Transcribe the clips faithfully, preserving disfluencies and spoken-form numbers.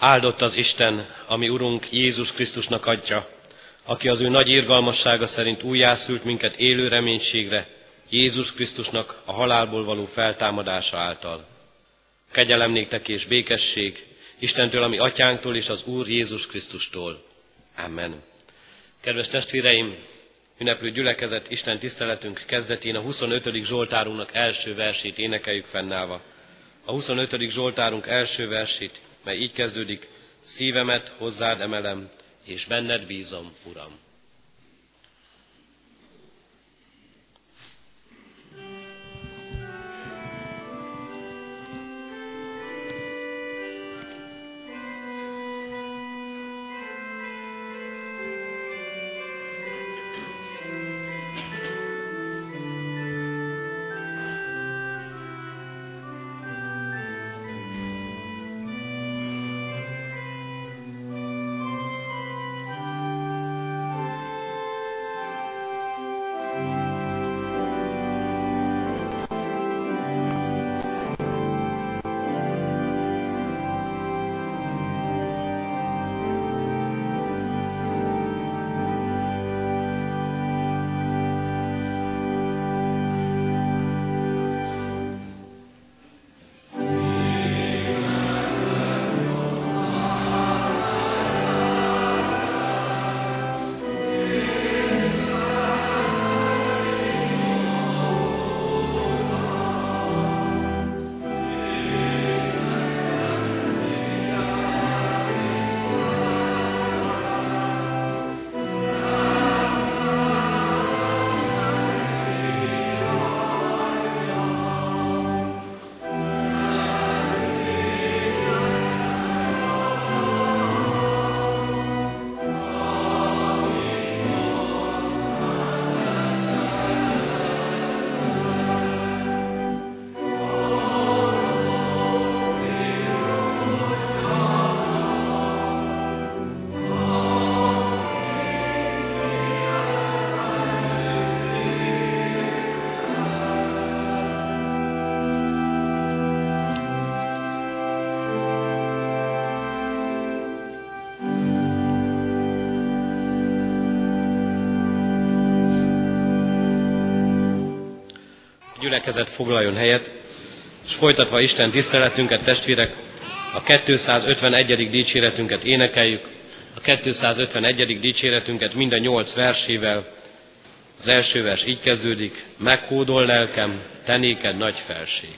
Áldott az Isten, ami Urunk Jézus Krisztusnak Atya, aki az ő nagy irgalmassága szerint újjászült minket élő reménységre, Jézus Krisztusnak a halálból való feltámadása által. Kegyelem néktek és békesség Istentől, ami Atyánktól és az Úr Jézus Krisztustól. Amen. Kedves testvéreim, ünneplő gyülekezet, Isten tiszteletünk kezdetén a huszonötödik Zsoltárunknak első versét énekeljük fennállva. A huszonötödik Zsoltárunk első versét, mely így kezdődik: szívemet hozzád emelem, és benned bízom, Uram. Gyülekezet foglaljon helyet, és folytatva Isten tiszteletünket, testvérek, a kétszázötvenegyedik dicséretünket énekeljük, a kétszázötvenegyedik dicséretünket mind a nyolc versével. Az első vers így kezdődik: meghódol lelkem, te néked nagy felség.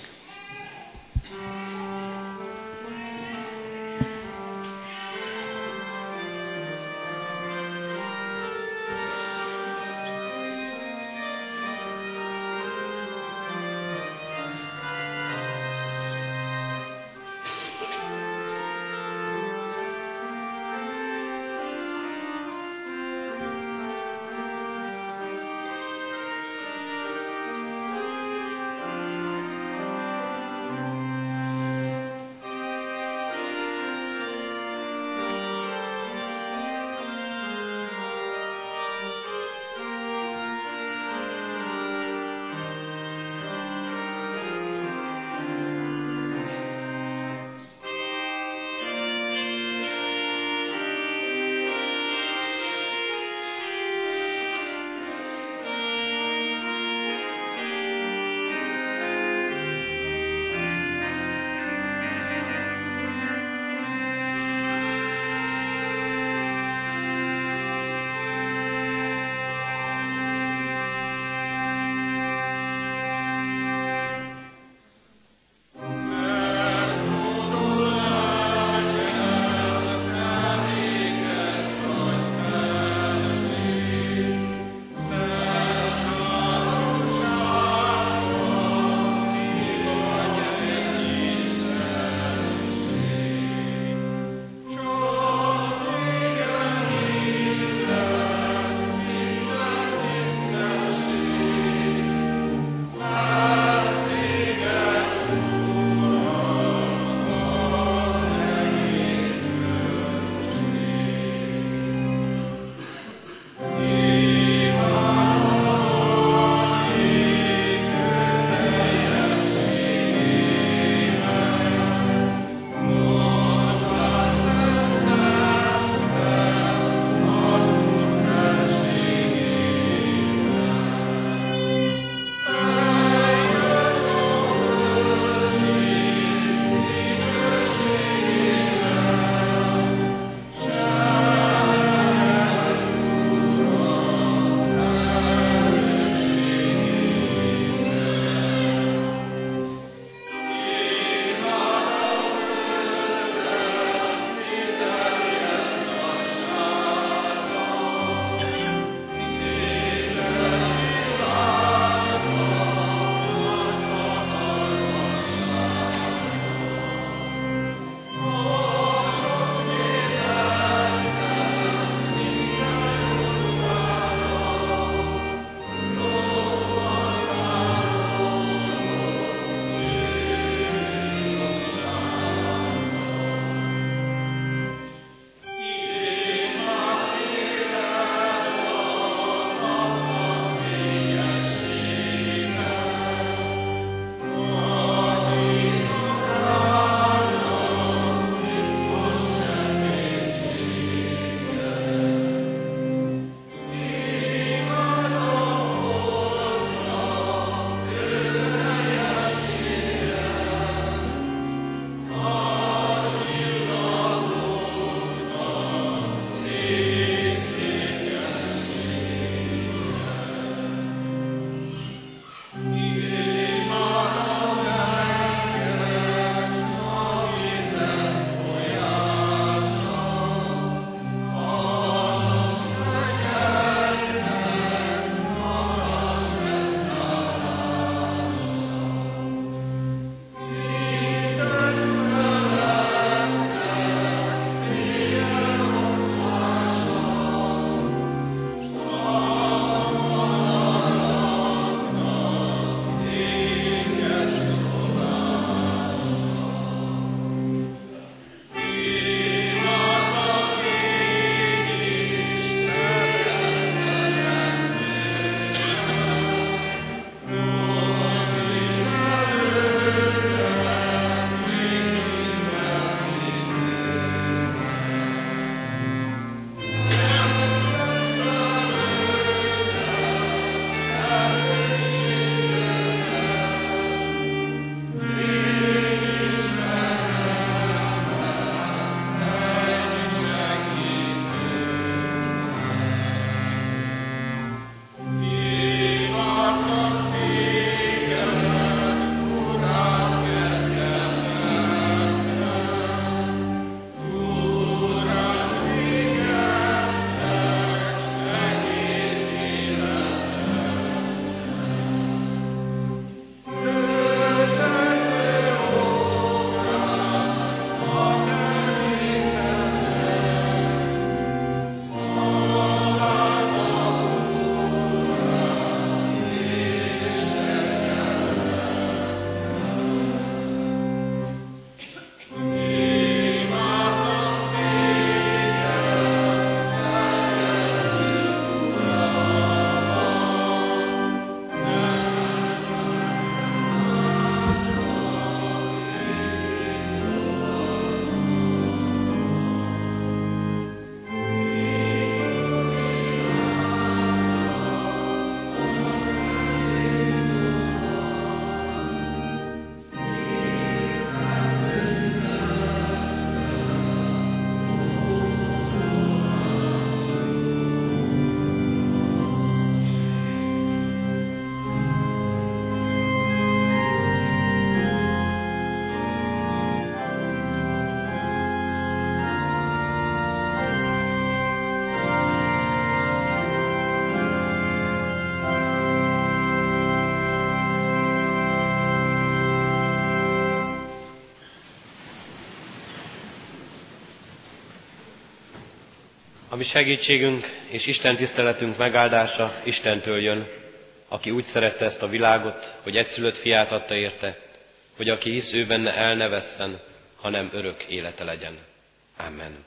Ami segítségünk és Isten tiszteletünk megáldása Istentől jön, aki úgy szerette ezt a világot, hogy egyszülött fiát adta érte, hogy aki hisz ő benne el ne vesszen, hanem örök élete legyen. Amen.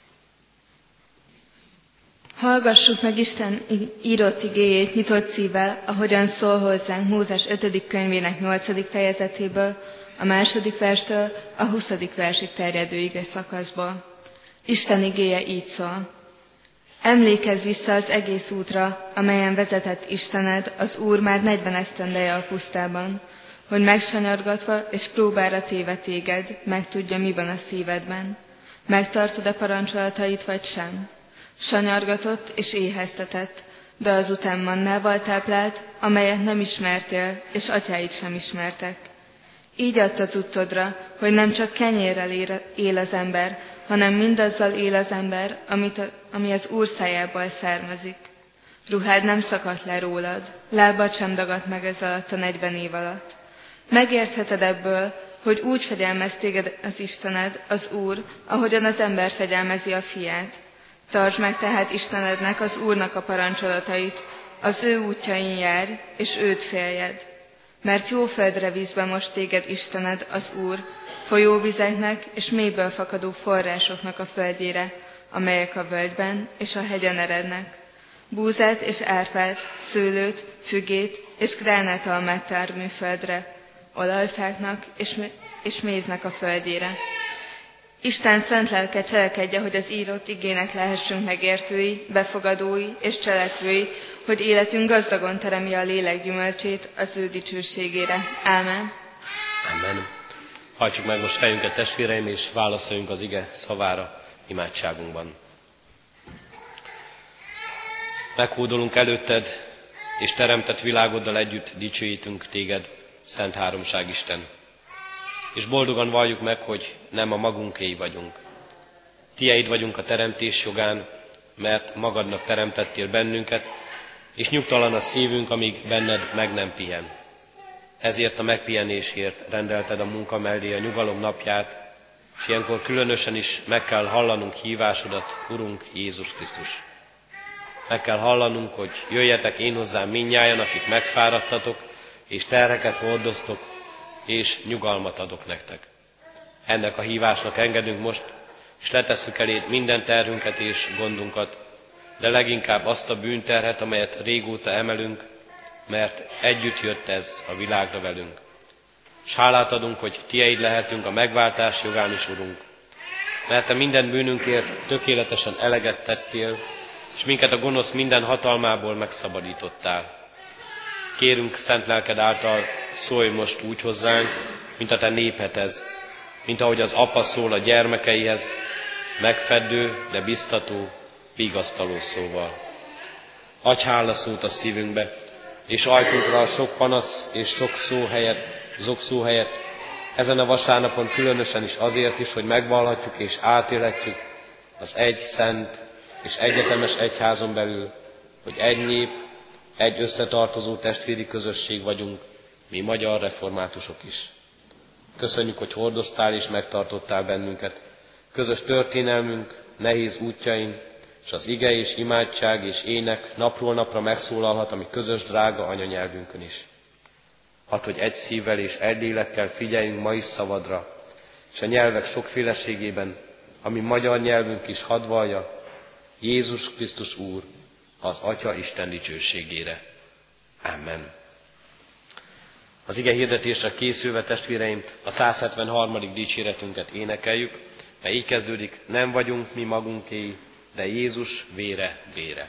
Hallgassuk meg Isten írott igéjét nyitott szívvel, ahogyan szól hozzánk Mózes ötödik könyvének nyolcadik fejezetéből, a második verstől a huszadik versig terjedő ige szakaszból. Isten igéje így szól. Emlékezz vissza az egész útra, amelyen vezetett Istened, az Úr már negyven esztendeje a pusztában, hogy megsanyargatva és próbára téve téged, megtudja, mi van a szívedben. Megtartod-e parancsolatait, vagy sem? Sanyargatott és éheztetett, de azután mannával táplált, amelyet nem ismertél, és atyáid sem ismertek. Így adta tudtodra, hogy nem csak kenyérrel él az ember, hanem mindazzal él az ember, amit a, ami az Úr szájából származik. Ruhád nem szakadt le rólad, lábad sem dagadt meg ez alatt a negyven év alatt. Megértheted ebből, hogy úgy fegyelmez téged az Istened, az Úr, ahogyan az ember fegyelmezi a fiát. Tartsd meg tehát Istenednek, az Úrnak a parancsolatait, az ő útjain járj, és őt féljed. Mert jó földre vízbe most téged Istened, az Úr, folyóvizeknek és mélyből fakadó forrásoknak a földjére, amelyek a völgyben és a hegyen erednek. Búzát és árpát, szőlőt, fügét és gránátalmát termő földre, olajfáknak és, és méznek a földjére. Isten szent lelke cselekedje, hogy az írott igének lehessünk megértői, befogadói és cselekvői, hogy életünk gazdagon teremi a lélek gyümölcsét az ő dicsőségére. Ámen. Amen. Hajtsuk meg most fejünket, testvéreim, és válaszoljunk az ige szavára imádságunkban. Meghódolunk előtted, és teremtett világoddal együtt dicsőítünk téged, Szent Háromság Isten. És boldogan valljuk meg, hogy nem a magunkéi vagyunk. Tieid vagyunk a teremtés jogán, mert magadnak teremtettél bennünket, és nyugtalan a szívünk, amíg benned meg nem pihen. Ezért a megpihenésért rendelted a munka mellé a nyugalom napját, és ilyenkor különösen is meg kell hallanunk hívásodat, Urunk Jézus Krisztus. Meg kell hallanunk, hogy jöjjetek én hozzám mindnyájan, akik megfáradtatok, és terheket hordoztok, és nyugalmat adok nektek. Ennek a hívásnak engedünk most, és letesszük eléd minden terhünket és gondunkat, de leginkább azt a bűnterhet, amelyet régóta emelünk, mert együtt jött ez a világra velünk. S hálát adunk, hogy tieid lehetünk a megváltás jogán is, Urunk, mert te minden bűnünkért tökéletesen eleget tettél, és minket a gonosz minden hatalmából megszabadítottál. Kérünk szent lelked által, szólj most úgy hozzánk, mint a te népedhez, mint ahogy az apa szól a gyermekeihez, megfeddő, de biztató, vigasztaló szóval. Adj hálaszót a szívünkbe, és ajtunkra a sok panasz és sok szó helyett, zokszó helyett, ezen a vasárnapon különösen is azért is, hogy megvallhatjuk és átélhetjük az egy szent és egyetemes egyházon belül, hogy egy nép, egy összetartozó testvéri közösség vagyunk, mi magyar reformátusok is. Köszönjük, hogy hordoztál és megtartottál bennünket. Közös történelmünk, nehéz útjain, és az ige és imádság és ének napról napra megszólalhat a mi közös drága anyanyelvünkön is. Hadd, hogy egy szívvel és egy lélekkel figyeljünk ma is szavadra, és a nyelvek sokféleségében, ami magyar nyelvünk is hadd vallja, Jézus Krisztus Úr, az Atya Isten dicsőségére. Amen. Az ige hirdetésre készülve, testvéreim, a száz hetvenharmadik dicséretünket énekeljük, mely így kezdődik: nem vagyunk mi magunkéi, de Jézus vére vére.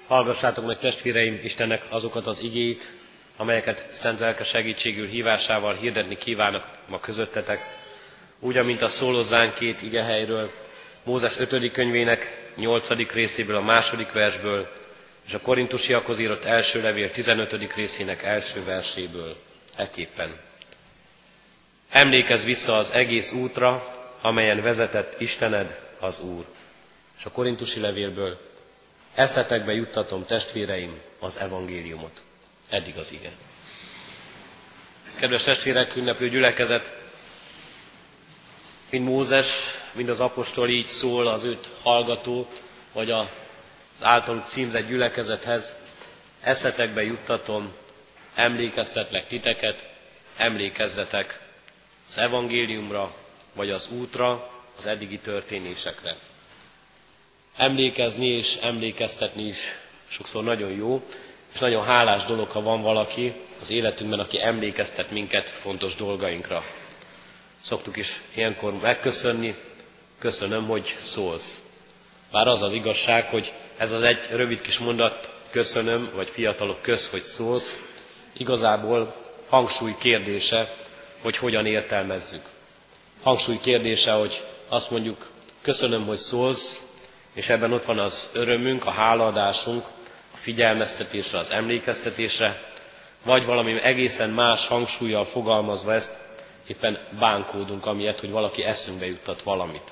Hallgassátok meg, testvéreim, Istennek azokat az igéit, amelyeket szent lelke segítségül hívásával hirdetni kívánok ma közöttetek, úgy, amint a szól hozzánk két igehelyről, Mózes ötödik könyvének nyolcadik részéből, a második versből, és a Korintusiakhoz írott első levél tizenötödik részének első verséből. Ekképpen. Emlékezz vissza az egész útra, amelyen vezetett Istened, az Úr. És a Korintusi levélből: eszetekbe juttatom, testvéreim, az evangéliumot. Eddig az ige. Kedves testvérek, ünneplő gyülekezet, mind Mózes, mind az apostol így szól az őt hallgató, vagy az általuk címzett gyülekezethez: eszetekbe juttatom, emlékeztetlek titeket, emlékezzetek az evangéliumra, vagy az útra, az eddigi történésekre. Emlékezni és emlékeztetni is sokszor nagyon jó, és nagyon hálás dolog, ha van valaki az életünkben, aki emlékeztet minket fontos dolgainkra. Szoktuk is ilyenkor megköszönni: köszönöm, hogy szólsz. Bár az az igazság, hogy ez az egy rövid kis mondat, köszönöm, vagy fiatalok, kösz, hogy szólsz, igazából hangsúly kérdése, hogy hogyan értelmezzük. Hangsúly kérdése, hogy azt mondjuk, köszönöm, hogy szólsz, és ebben ott van az örömünk, a hálaadásunk, a figyelmeztetésre, az emlékeztetésre, vagy valami egészen más hangsúllyal fogalmazva ezt, éppen bánkódunk amiatt, hogy valaki eszünkbe juttat valamit.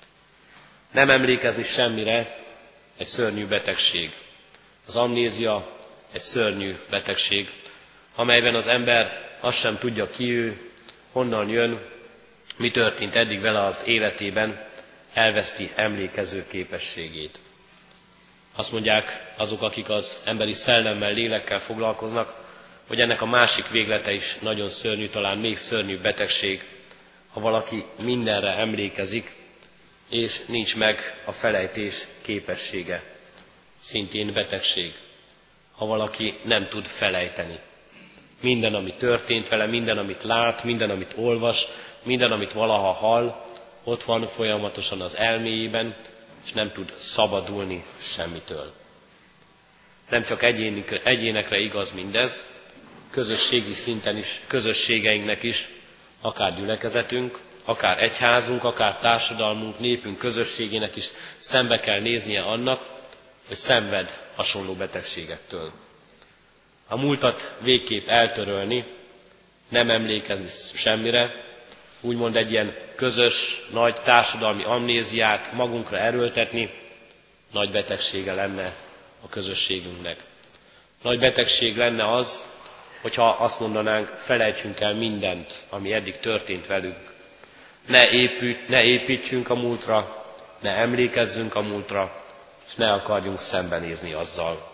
Nem emlékezni semmire egy szörnyű betegség. Az amnézia egy szörnyű betegség, amelyben az ember azt sem tudja, ki ő, honnan jön, mi történt eddig vele az életében, elveszti emlékező képességét. Azt mondják azok, akik az emberi szellemmel, lélekkel foglalkoznak, hogy ennek a másik véglete is nagyon szörnyű, talán még szörnyűbb betegség, ha valaki mindenre emlékezik, és nincs meg a felejtés képessége. Szintén betegség, ha valaki nem tud felejteni. Minden, ami történt vele, minden, amit lát, minden, amit olvas, minden, amit valaha hall, ott van folyamatosan az elméjében, és nem tud szabadulni semmitől. Nem csak egyénikre, egyénekre igaz mindez, közösségi szinten is, közösségeinknek is, akár gyülekezetünk, akár egyházunk, akár társadalmunk, népünk közösségének is szembe kell néznie annak, hogy szenved hasonló betegségektől. A múltat végképp eltörölni, nem emlékezni semmire, úgymond egy ilyen közös, nagy társadalmi amnéziát magunkra erőltetni, nagy betegsége lenne a közösségünknek. Nagy betegség lenne az, hogyha azt mondanánk, felejtsünk el mindent, ami eddig történt velünk. Ne, épít, ne építsünk a múltra, ne emlékezzünk a múltra, és ne akarjunk szembenézni azzal.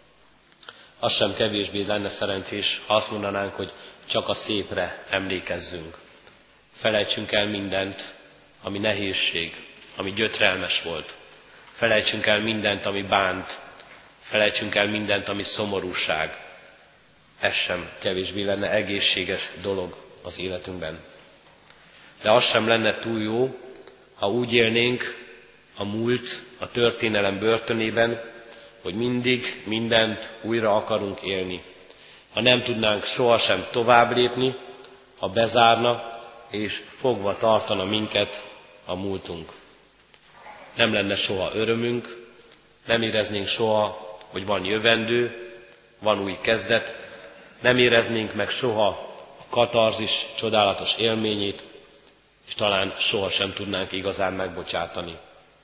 Az sem kevésbé lenne szerencsés, ha azt mondanánk, hogy csak a szépre emlékezzünk. Felejtsünk el mindent, ami nehézség, ami gyötrelmes volt. Felejtsünk el mindent, ami bánt. Felejtsünk el mindent, ami szomorúság. Ez sem kevésbé lenne egészséges dolog az életünkben. De az sem lenne túl jó, ha úgy élnénk a múlt, a történelem börtönében, hogy mindig mindent újra akarunk élni. Ha nem tudnánk sohasem tovább lépni, ha bezárna és fogva tartana minket a múltunk. Nem lenne soha örömünk, nem éreznénk soha, hogy van jövendő, van új kezdet, nem éreznénk meg soha a katarzis csodálatos élményét, és talán sohasem tudnánk igazán megbocsátani.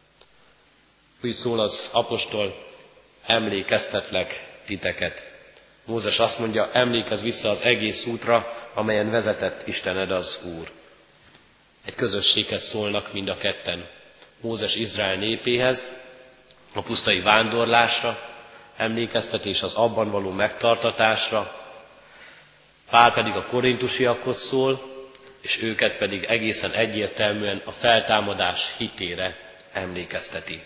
Úgy szól az apostol: emlékeztetlek titeket. Mózes azt mondja, emlékezz vissza az egész útra, amelyen vezetett Istened, az Úr. Egy közösséghez szólnak mind a ketten. Mózes Izrael népéhez, a pusztai vándorlásra, emlékeztetés az abban való megtartatásra, Pál pedig a korintusiakhoz szól, és őket pedig egészen egyértelműen a feltámadás hitére emlékezteti.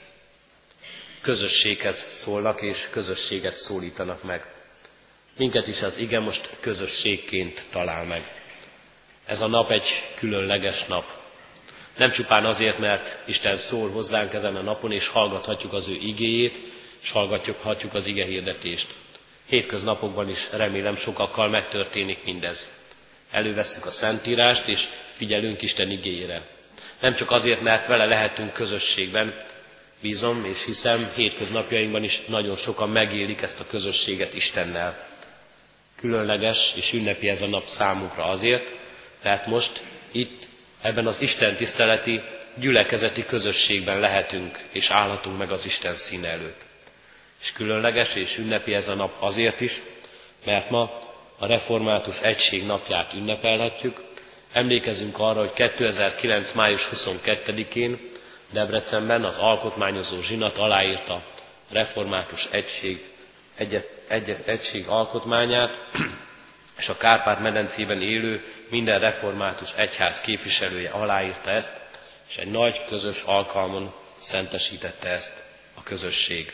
Közösséghez szólnak, és közösséget szólítanak meg. Minket is az ige most közösségként talál meg. Ez a nap egy különleges nap. Nem csupán azért, mert Isten szól hozzánk ezen a napon, és hallgathatjuk az ő igéjét, és hallgathatjuk az ige hirdetést. Hétköznapokban is remélem sokakkal megtörténik mindez. Elővesszük a Szentírást, és figyelünk Isten igéjére. Nem csak azért, mert vele lehetünk közösségben, bízom és hiszem, hétköznapjainkban is nagyon sokan megélik ezt a közösséget Istennel. Különleges és ünnepi ez a nap számunkra azért, mert most itt, ebben az Isten tiszteleti, gyülekezeti közösségben lehetünk és állhatunk meg az Isten színe előtt. És különleges és ünnepi ez a nap azért is, mert ma a Református Egység napját ünnepelhetjük. Emlékezünk arra, hogy kétezer-kilenc. május huszonkettedikén Debrecenben az alkotmányozó zsinat aláírta a Református Egység, egy, egy, egység alkotmányát, és a Kárpát-medencében élő minden református egyház képviselője aláírta ezt, és egy nagy közös alkalmon szentesítette ezt a közösség.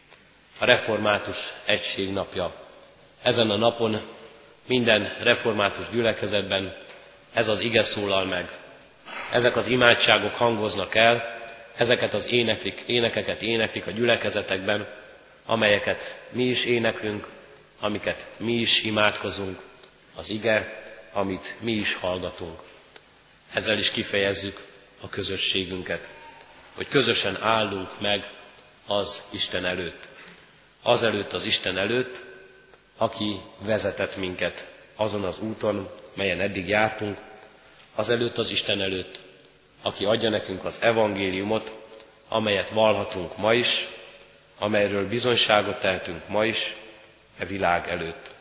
A Református Egység napja. Ezen a napon minden református gyülekezetben ez az ige szólal meg. Ezek az imádságok hangoznak el, ezeket az éneklik, énekeket éneklik a gyülekezetekben, amelyeket mi is éneklünk, amiket mi is imádkozunk, az ige, amit mi is hallgatunk. Ezzel is kifejezzük a közösségünket, hogy közösen állunk meg az Isten előtt. Az előtt az Isten előtt, aki vezetett minket azon az úton, melyen eddig jártunk, az előtt az Isten előtt, aki adja nekünk az evangéliumot, amelyet vallhatunk ma is, amelyről bizonyságot tehetünk ma is, e világ előtt.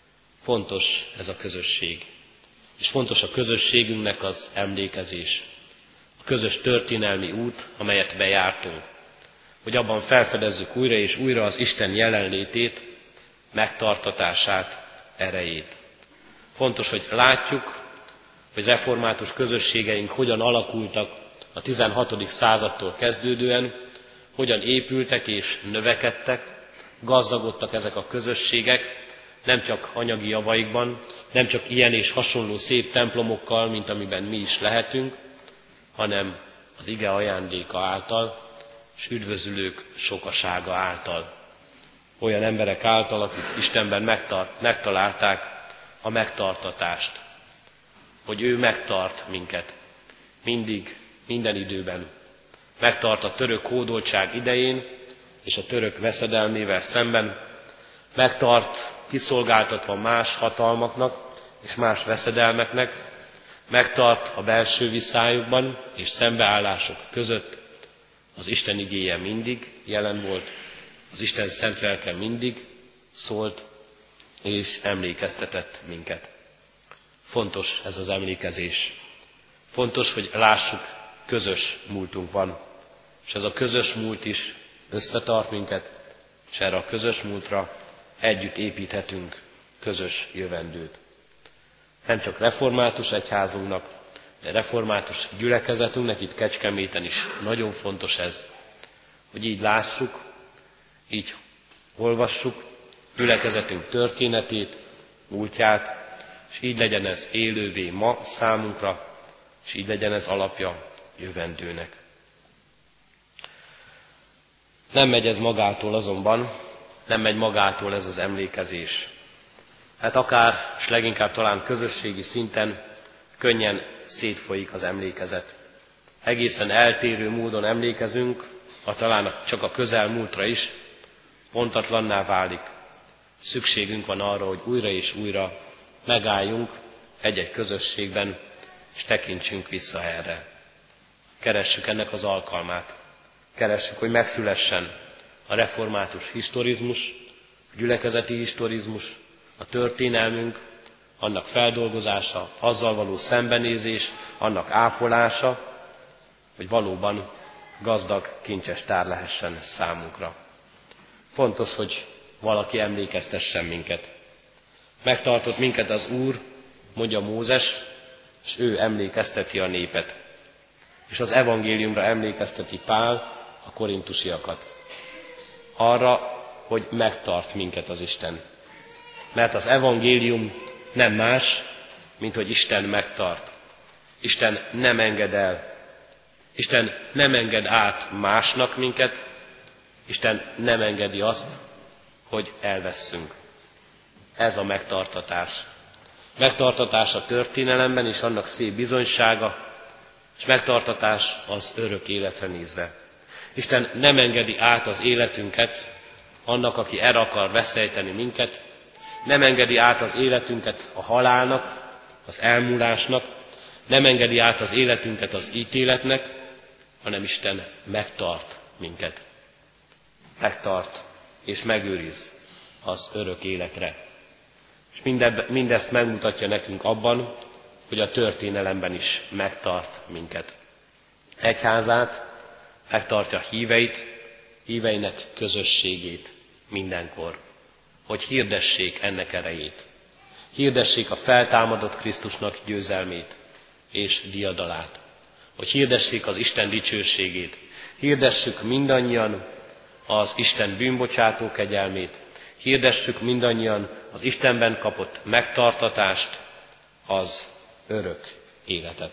Fontos ez a közösség, és fontos a közösségünknek az emlékezés, a közös történelmi út, amelyet bejártunk, hogy abban felfedezzük újra és újra az Isten jelenlétét, megtartatását, erejét. Fontos, hogy látjuk, hogy református közösségeink hogyan alakultak a tizenhatodik századtól kezdődően, hogyan épültek és növekedtek, gazdagodtak ezek a közösségek, nem csak anyagi javaikban, nem csak ilyen és hasonló szép templomokkal, mint amiben mi is lehetünk, hanem az ige ajándéka által, és üdvözülők sokasága által. Olyan emberek által, akik Istenben megtart, megtalálták a megtartatást, hogy ő megtart minket mindig, minden időben. Megtart a török hódoltság idején és a török veszedelmével szemben, megtart kiszolgáltatva más hatalmaknak és más veszedelmeknek, megtart a belső viszályokban és szembeállások között. Az Isten igéje mindig jelen volt, az Isten szent lelke mindig szólt és emlékeztetett minket. Fontos ez az emlékezés. Fontos, hogy lássuk, közös múltunk van, és ez a közös múlt is összetart minket, és erre a közös múltra együtt építhetünk közös jövendőt. Nem csak református egyházunknak, de református gyülekezetünknek itt Kecskeméten is nagyon fontos ez, hogy így lássuk, így olvassuk gyülekezetünk történetét, múltját, és így legyen ez élővé ma számunkra, és így legyen ez alapja jövendőnek. Nem megy ez magától azonban, nem megy magától ez az emlékezés. Hát akár, és leginkább talán közösségi szinten könnyen szétfolyik az emlékezet. Egészen eltérő módon emlékezünk, ha talán csak a közelmúltra is, pontatlanná válik. Szükségünk van arra, hogy újra és újra megálljunk egy-egy közösségben, és tekintsünk vissza erre. Keressük ennek az alkalmát. Keressük, hogy megszülessen a református historizmus, a gyülekezeti historizmus, a történelmünk, annak feldolgozása, azzal való szembenézés, annak ápolása, hogy valóban gazdag, kincses tár lehessen számunkra. Fontos, hogy valaki emlékeztessen minket. Megtartott minket az Úr, mondja Mózes, és ő emlékezteti a népet. És az evangéliumra emlékezteti Pál a korintusiakat. Arra, hogy megtart minket az Isten. Mert az evangélium nem más, mint hogy Isten megtart. Isten nem enged el. Isten nem enged át másnak minket, Isten nem engedi azt, hogy elvesszünk. Ez a megtartatás. Megtartatás a történelemben és annak szép bizonysága, és megtartatás az örök életre nézve. Isten nem engedi át az életünket annak, aki el akar veszejteni minket, nem engedi át az életünket a halálnak, az elmúlásnak, nem engedi át az életünket az ítéletnek, hanem Isten megtart minket. Megtart és megőriz az örök életre. És mindeb, mindezt megmutatja nekünk abban, hogy a történelemben is megtart minket. Egyházát, megtartja híveit, híveinek közösségét mindenkor, hogy hirdessék ennek erejét. Hirdessék a feltámadott Krisztusnak győzelmét és diadalát. Hogy hirdessék az Isten dicsőségét. Hirdessük mindannyian az Isten bűnbocsátó kegyelmét. Hirdessük mindannyian az Istenben kapott megtartatást, az örök életet.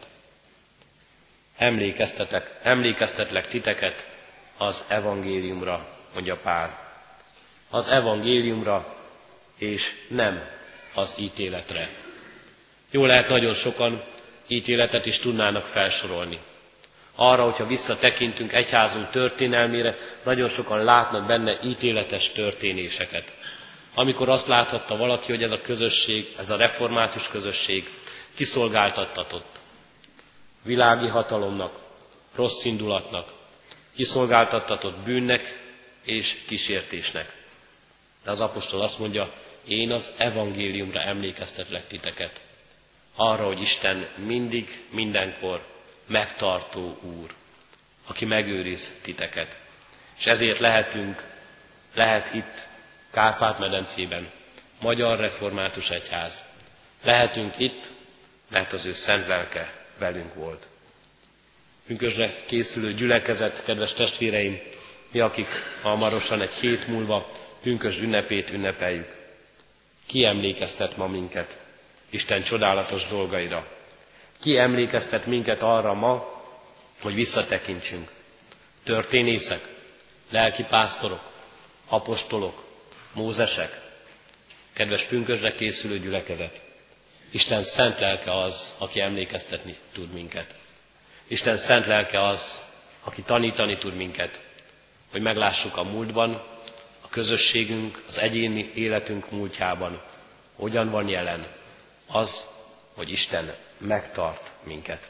Emlékeztetek, emlékeztetlek titeket az evangéliumra, mondja Pál. Az evangéliumra, és nem az ítéletre. Jól lehet, nagyon sokan ítéletet is tudnának felsorolni. Arra, hogyha visszatekintünk egyházunk történelmére, nagyon sokan látnak benne ítéletes történéseket. Amikor azt láthatta valaki, hogy ez a közösség, ez a református közösség kiszolgáltattatott világi hatalomnak, rossz indulatnak, kiszolgáltattatott bűnnek és kísértésnek. De az apostol azt mondja, én az evangéliumra emlékeztetlek titeket. Arra, hogy Isten mindig, mindenkor megtartó Úr, aki megőriz titeket. És ezért lehetünk, lehet itt Kárpát-medencében Magyar Református Egyház. Lehetünk itt, mert az ő szent lelke velünk volt. Pünkösdre készülő gyülekezet, kedves testvéreim, mi, akik hamarosan egy hét múlva pünkösd ünnepét ünnepeljük. Ki emlékeztet ma minket Isten csodálatos dolgaira? Ki emlékeztet minket arra ma, hogy visszatekintsünk? Történészek, lelkipásztorok, apostolok, mózesek, kedves pünkösdre készülő gyülekezet. Isten szent lelke az, aki emlékeztetni tud minket. Isten szent lelke az, aki tanítani tud minket, hogy meglássuk a múltban, a közösségünk, az egyéni életünk múltjában, hogyan van jelen az, hogy Isten megtart minket.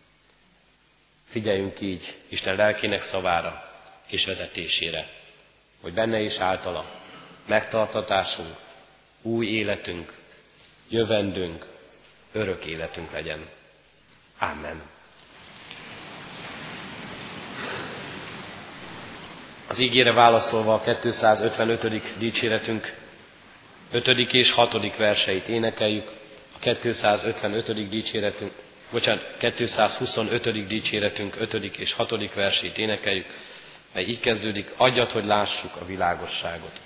Figyeljünk így Isten lelkének szavára és vezetésére, hogy benne és általa megtartatásunk, új életünk, jövendőnk, örök életünk legyen. Amen. Az ígére válaszolva a kétszázötvenötödik dicséretünk ötödik és hatodik verseit énekeljük. A kétszázötvenötödik dicséretünk, bocsánat, kétszázhuszonötödik dicséretünk ötödik és hatodik versét énekeljük, mely így kezdődik, adjad, hogy lássuk a világosságot.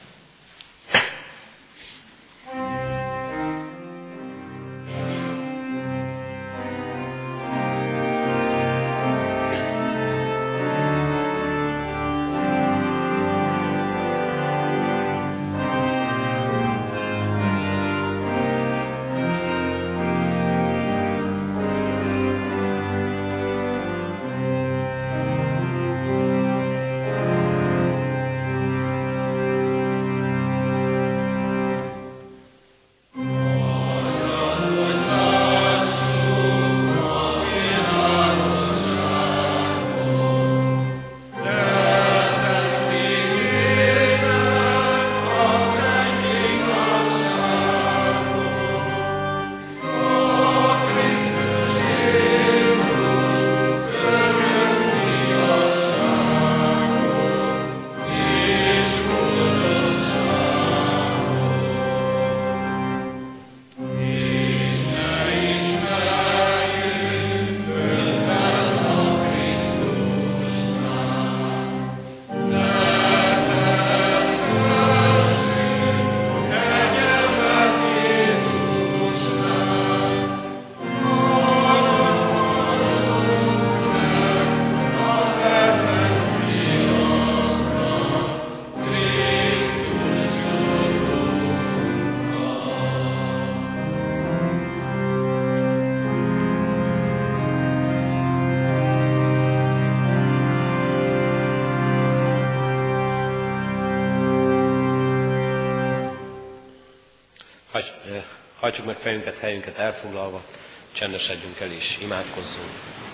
hagy, hajtsuk meg fejünket, helyünket elfoglalva, csendesedjünk el és imádkozzunk.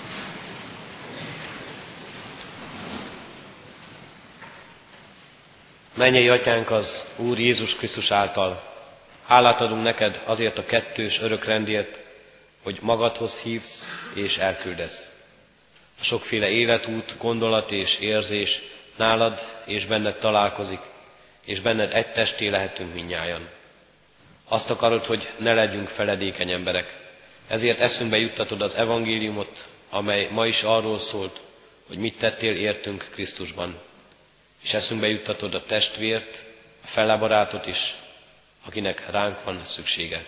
Mennyei Atyánk, az Úr Jézus Krisztus által, hálát adunk neked azért a kettős örökrendért, hogy magadhoz hívsz és elküldesz. A sokféle életút, gondolat és érzés nálad és benned találkozik, és benned egy testé lehetünk mindnyájan. Azt akarod, hogy ne legyünk feledékeny emberek, ezért eszünkbe juttatod az evangéliumot, amely ma is arról szólt, hogy mit tettél értünk Krisztusban. És eszünkbe juttatod a testvért, a felebarátot is, akinek ránk van szüksége.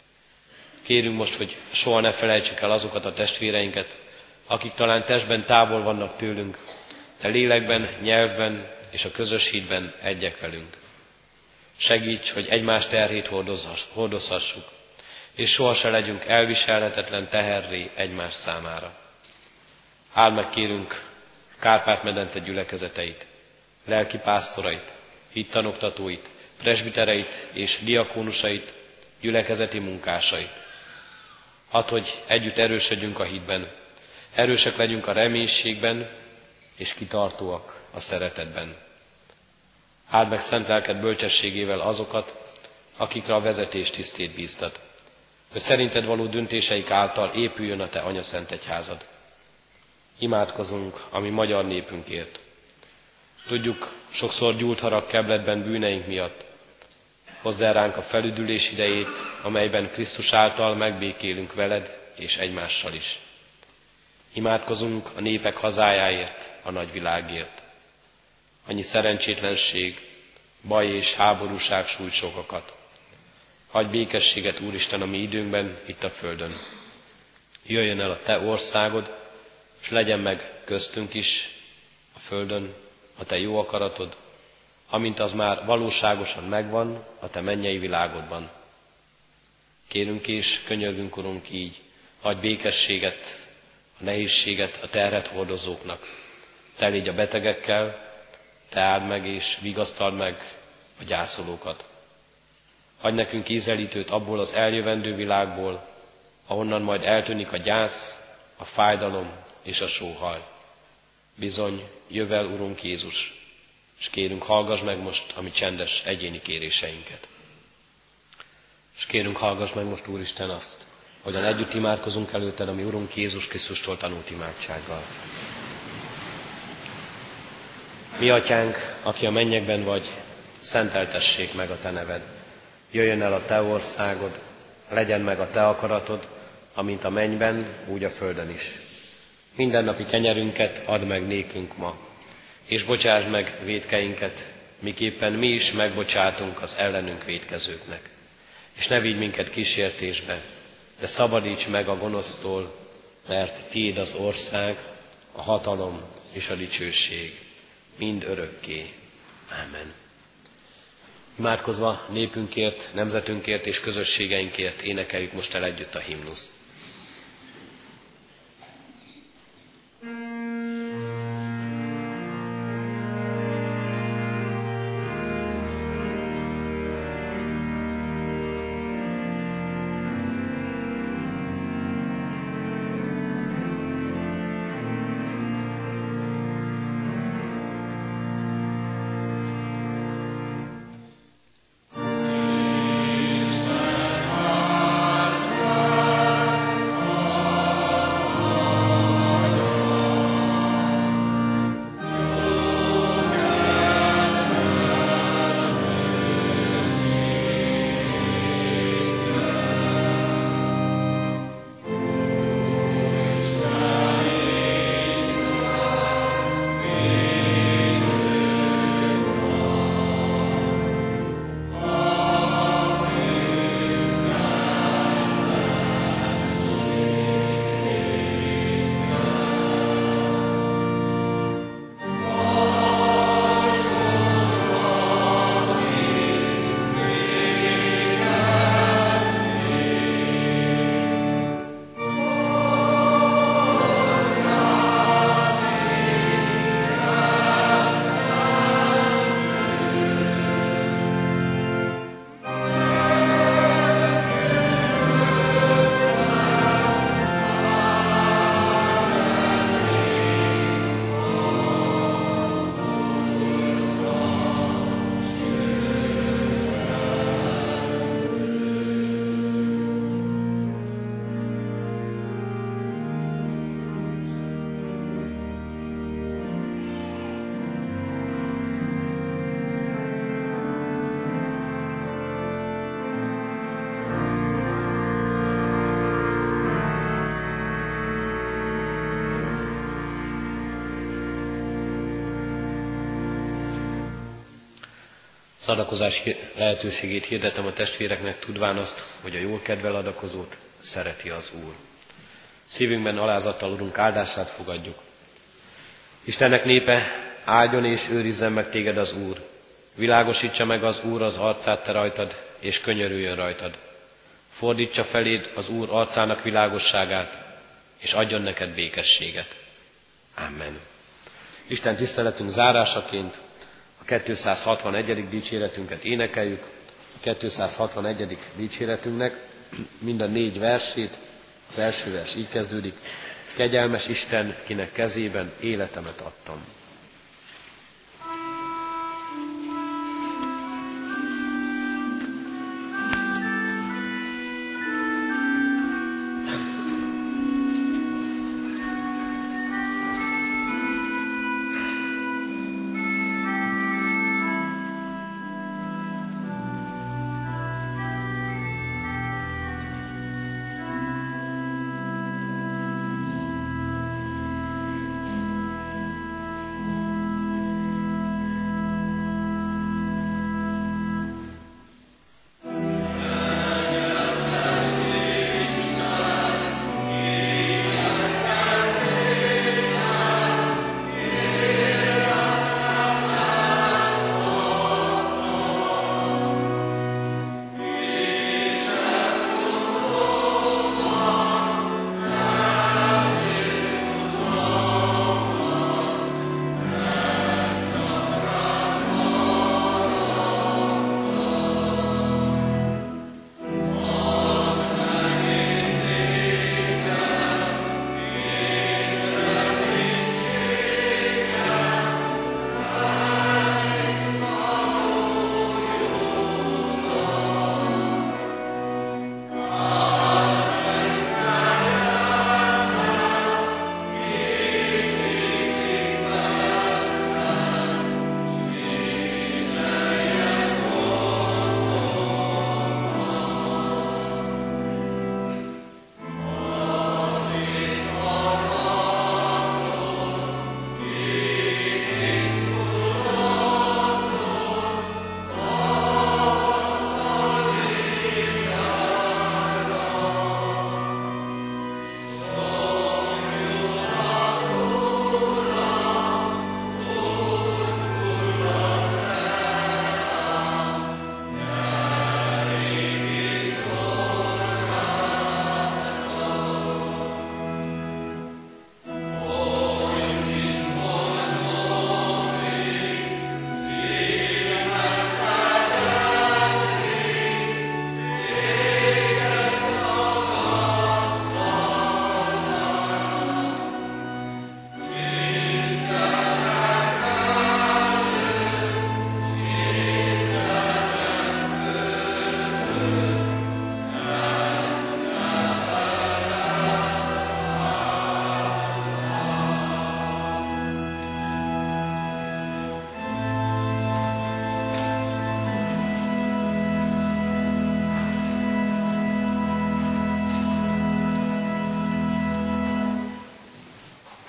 Kérünk most, hogy soha ne felejtsük el azokat a testvéreinket, akik talán testben távol vannak tőlünk, de lélekben, nyelvben és a közös hitben egyek velünk. Segíts, hogy egymás terhét hordozhassuk, és soha se legyünk elviselhetetlen teherré egymás számára. Áld meg, kérünk, Kárpát-medence gyülekezeteit, lelkipásztorait, hittanoktatóit, presbitereit és diakónusait, gyülekezeti munkásait. Add, hogy együtt erősödjünk a hitben, erősek legyünk a reménységben, és kitartóak a szeretetben. Áld meg szent lelked bölcsességével azokat, akikre a vezetés tisztét bíztat, hogy szerinted való döntéseik által épüljön a te anyaszent egyházad. Imádkozunk a mi magyar népünkért. Tudjuk, sokszor gyúlt harag kebletben bűneink miatt. Hozd el ránk a felüdülés idejét, amelyben Krisztus által megbékélünk veled és egymással is. Imádkozunk a népek hazájáért, a nagyvilágért. Annyi szerencsétlenség, baj és háborúság sújt sokakat. Hagy békességet, Úristen, a mi időnkben, itt a földön. Jöjjön el a te országod, és legyen meg köztünk is a földön a te jó akaratod, amint az már valóságosan megvan a te mennyei világodban. Kérünk és könyörgünk, Urunk, így, adj békességet, a nehézséget a terhet hordozóknak. Te légy a betegekkel, te áld meg és vigasztald meg a gyászolókat. Adj nekünk ízelítőt abból az eljövendő világból, ahonnan majd eltűnik a gyász, a fájdalom és a sóhaj. Bizony, jövel, Urunk Jézus, és kérünk, hallgass meg most a mi csendes egyéni kéréseinket. És kérünk, hallgass meg most, Úristen, azt, hogyan együtt imádkozunk előtted, a mi Urunk Jézus Krisztustól tanult imádsággal. Mi Atyánk, aki a mennyekben vagy, szenteltessék meg a te neved. Jöjjön el a te országod, legyen meg a te akaratod, amint a mennyben, úgy a földön is. Mindennapi kenyerünket add meg nékünk ma, és bocsásd meg vétkeinket, miképpen mi is megbocsátunk az ellenünk vétkezőknek. És ne vigy minket kísértésbe, de szabadíts meg a gonosztól, mert tiéd az ország, a hatalom és a dicsőség, mind örökké. Ámen. Imádkozva népünkért, nemzetünkért és közösségeinkért énekeljük most el együtt a himnuszt. Isten Az adakozás lehetőségét hirdetem a testvéreknek, tudván azt, hogy a jól kedvel adakozót szereti az Úr. Szívünkben alázattal Urunk áldását fogadjuk. Istennek népe, áldjon és őrizzen meg téged az Úr. Világosítsa meg az Úr az arcát te rajtad, és könyörüljön rajtad. Fordítsa feléd az Úr arcának világosságát, és adjon neked békességet. Amen. Isten tiszteletünk zárásaként a kétszázhatvanegyedik dicséretünket énekeljük. A kétszázhatvanegyedik dicséretünknek mind a négy versét. Az első vers így kezdődik: Kegyelmes Isten, kinek kezében életemet adtam.